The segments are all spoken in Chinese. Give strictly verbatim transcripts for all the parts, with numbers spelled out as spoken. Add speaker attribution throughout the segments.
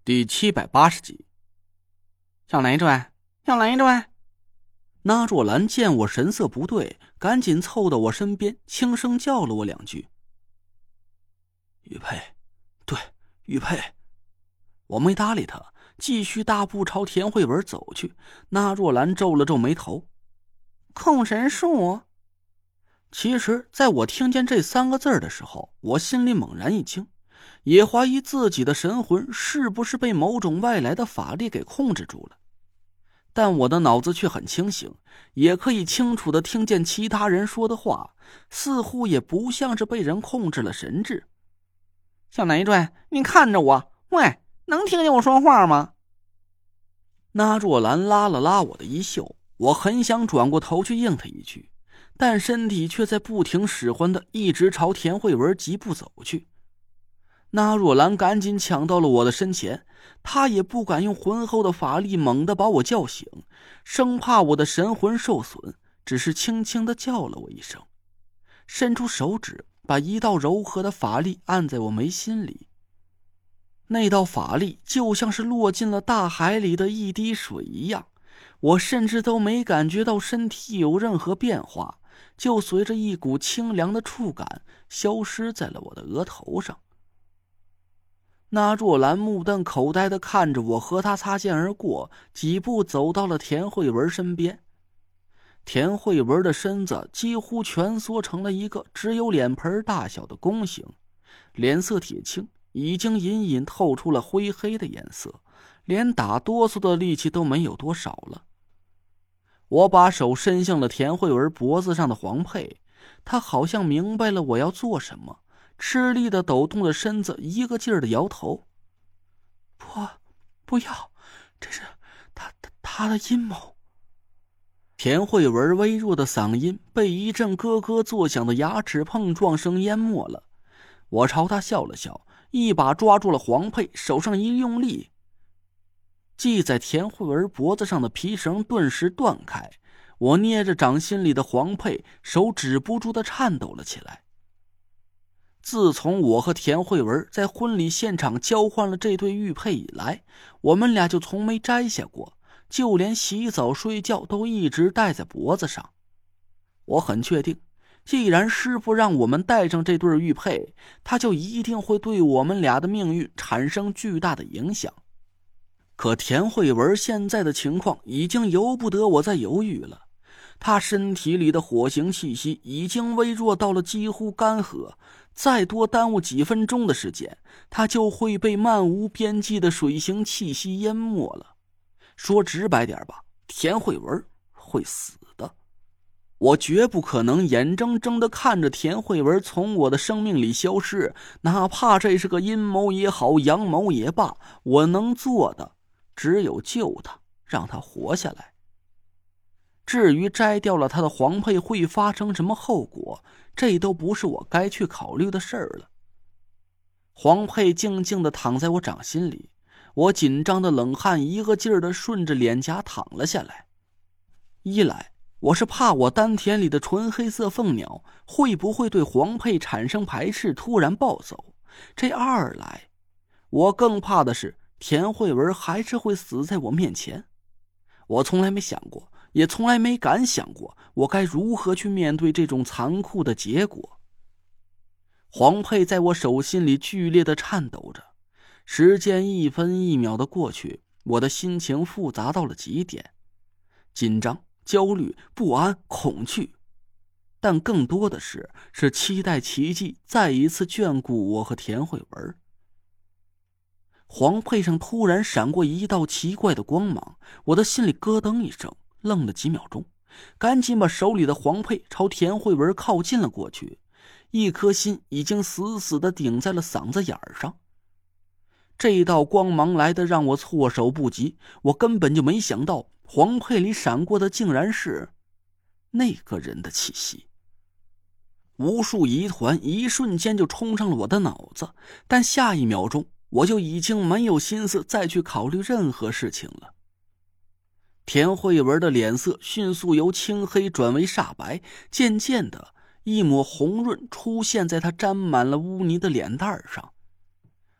Speaker 1: 第七百八十集。
Speaker 2: 小累赘，小累赘！
Speaker 1: 那若兰见我神色不对，赶紧凑到我身边，轻声叫了我两句。玉佩，对，玉佩。我没搭理他，继续大步朝田慧文走去。那若兰皱了皱眉头，
Speaker 2: 控神术。
Speaker 1: 其实在我听见这三个字的时候，我心里猛然一惊，也怀疑自己的神魂是不是被某种外来的法力给控制住了。但我的脑子却很清醒，也可以清楚地听见其他人说的话，似乎也不像是被人控制了神智。
Speaker 2: 小累赘，你看着我，喂，能听见我说话吗？
Speaker 1: 那若兰拉了拉我的衣袖，我很想转过头去应他一句，但身体却在不停使唤的一直朝田慧文疾步走去。那若兰赶紧抢到了我的身前，她也不敢用浑厚的法力猛地把我叫醒，生怕我的神魂受损，只是轻轻地叫了我一声，伸出手指把一道柔和的法力按在我眉心里。那道法力就像是落进了大海里的一滴水一样，我甚至都没感觉到身体有任何变化，就随着一股清凉的触感消失在了我的额头上。那若兰目瞪口呆地看着我和她擦肩而过，几步走到了田慧文身边。田慧文的身子几乎蜷缩成了一个只有脸盆大小的弓形，脸色铁青，已经隐隐透出了灰黑的颜色，连打哆嗦的力气都没有多少了。我把手伸向了田慧文脖子上的黄佩，她好像明白了我要做什么，吃力的抖动着身子，一个劲儿的摇头。不，不要，这是他他他的阴谋。田慧文微弱的嗓音被一阵咯咯作响的牙齿碰撞声淹没了。我朝他笑了笑，一把抓住了黄佩，手上一用力，系在田慧文脖子上的皮绳顿时断开。我捏着掌心里的黄佩，手止不住的颤抖了起来。自从我和田慧文在婚礼现场交换了这对玉佩以来，我们俩就从没摘下过，就连洗澡睡觉都一直戴在脖子上。我很确定，既然师父让我们戴上这对玉佩，他就一定会对我们俩的命运产生巨大的影响。可田慧文现在的情况已经由不得我再犹豫了，他身体里的火形气息已经微弱到了几乎干涸，再多耽误几分钟的时间，他就会被漫无边际的水形气息淹没了。说直白点吧，田慧文会死的。我绝不可能眼睁睁地看着田慧文从我的生命里消失，哪怕这是个阴谋也好，阳谋也罢，我能做的只有救他，让他活下来。至于摘掉了他的黄佩会发生什么后果，这都不是我该去考虑的事儿了。黄佩静静地躺在我掌心里，我紧张的冷汗一个劲儿地顺着脸颊淌了下来。一来，我是怕我丹田里的纯黑色凤鸟会不会对黄佩产生排斥，突然暴走；这二来，我更怕的是田慧文还是会死在我面前。我从来没想过，也从来没敢想过，我该如何去面对这种残酷的结果。黄佩在我手心里剧烈的颤抖着，时间一分一秒的过去，我的心情复杂到了极点，紧张、焦虑、不安、恐惧，但更多的是是期待奇迹再一次眷顾我和田慧文。黄佩上突然闪过一道奇怪的光芒，我的心里咯噔一声，愣了几秒钟，赶紧把手里的黄佩朝田慧文靠近了过去，一颗心已经死死地顶在了嗓子眼上。这道光芒来得让我措手不及，我根本就没想到黄佩里闪过的竟然是那个人的气息。无数疑团一瞬间就冲上了我的脑子，但下一秒钟我就已经没有心思再去考虑任何事情了。田慧文的脸色迅速由青黑转为煞白，渐渐的一抹红润出现在她沾满了污泥的脸蛋上。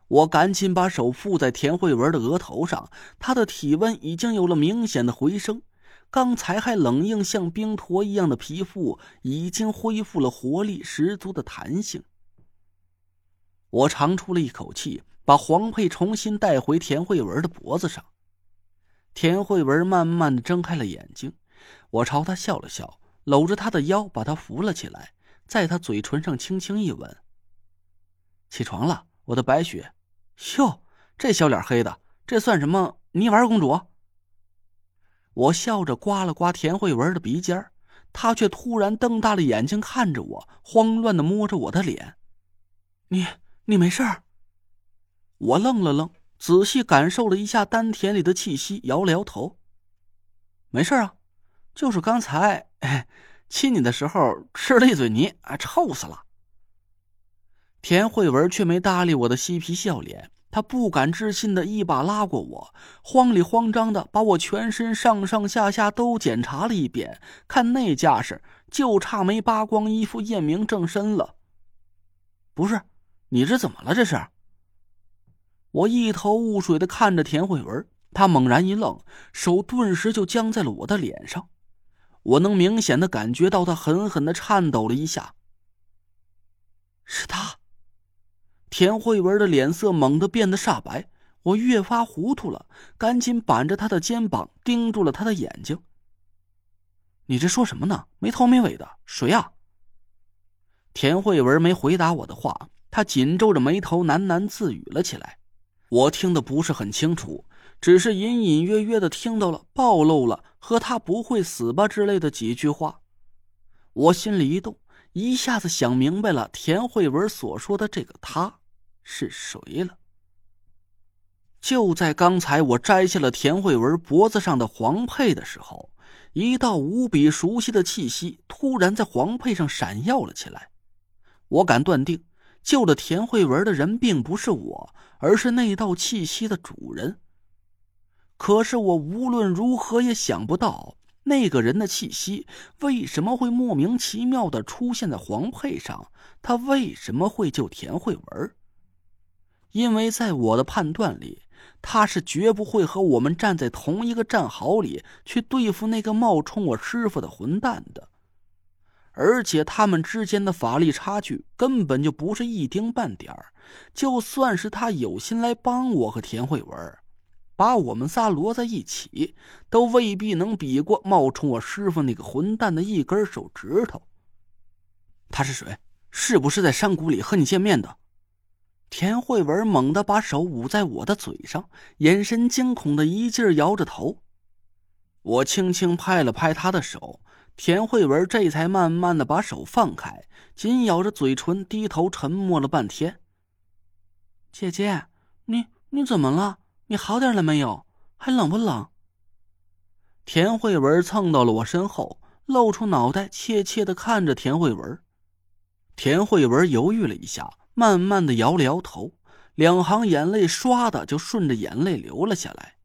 Speaker 1: 我赶紧把手附在田慧文的额头上，她的体温已经有了明显的回升，刚才还冷硬像冰坨一样的皮肤已经恢复了活力十足的弹性。我长出了一口气，把黄佩重新带回田慧文的脖子上。田慧文慢慢的睁开了眼睛，我朝她笑了笑，搂着她的腰把她扶了起来，在她嘴唇上轻轻一吻。起床了，我的白雪。哟，这小脸黑的，这算什么泥丸公主？我笑着刮了刮田慧文的鼻尖，她却突然瞪大了眼睛看着我，慌乱的摸着我的脸。你你没事儿？我愣了愣，仔细感受了一下丹田里的气息，摇了摇头。没事啊，就是刚才哎，亲你的时候吃了一嘴泥，哎，臭死了。田慧文却没搭理我的嬉皮笑脸，她不敢置信的一把拉过我，慌里慌张的把我全身上上下下都检查了一遍，看那架势，就差没扒光衣服验明正身了。不是，你这怎么了这是？我一头雾水的看着田慧文，她猛然一愣，手顿时就僵在了我的脸上。我能明显的感觉到她狠狠的颤抖了一下。是她。田慧文的脸色猛地变得煞白，我越发糊涂了，赶紧板着她的肩膀，盯住了她的眼睛。你这说什么呢？没头没尾的，谁啊？田慧文没回答我的话，她紧皱着眉头喃喃自语了起来。我听得不是很清楚，只是隐隐约约的听到了暴露了和她不会死吧之类的几句话。我心里一动，一下子想明白了田慧文所说的这个他是谁了。就在刚才我摘下了田慧文脖子上的黄佩的时候，一道无比熟悉的气息突然在黄佩上闪耀了起来。我敢断定，救了田慧文的人并不是我，而是那道气息的主人。可是我无论如何也想不到，那个人的气息为什么会莫名其妙地出现在黄佩上？他为什么会救田慧文？因为在我的判断里，他是绝不会和我们站在同一个战壕里去对付那个冒充我师傅的混蛋的。而且他们之间的法力差距根本就不是一丁半点儿，就算是他有心来帮我和田慧文，把我们仨摞在一起，都未必能比过冒充我师傅那个混蛋的一根手指头。他是谁？是不是在山谷里和你见面的？田慧文猛地把手捂在我的嘴上，眼神惊恐的一劲儿摇着头。我轻轻拍了拍他的手，田慧文这才慢慢的把手放开，紧咬着嘴唇，低头沉默了半天。姐姐，你你怎么了？你好点了没有？还冷不冷？田慧文蹭到了我身后，露出脑袋，怯怯的看着田慧文。田慧文犹豫了一下，慢慢的摇了摇头，两行眼泪唰的就顺着眼泪流了下来。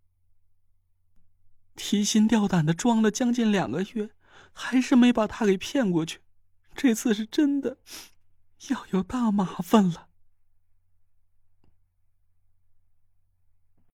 Speaker 1: 提心吊胆的装了将近两个月，还是没把他给骗过去，这次是真的要有大麻烦了。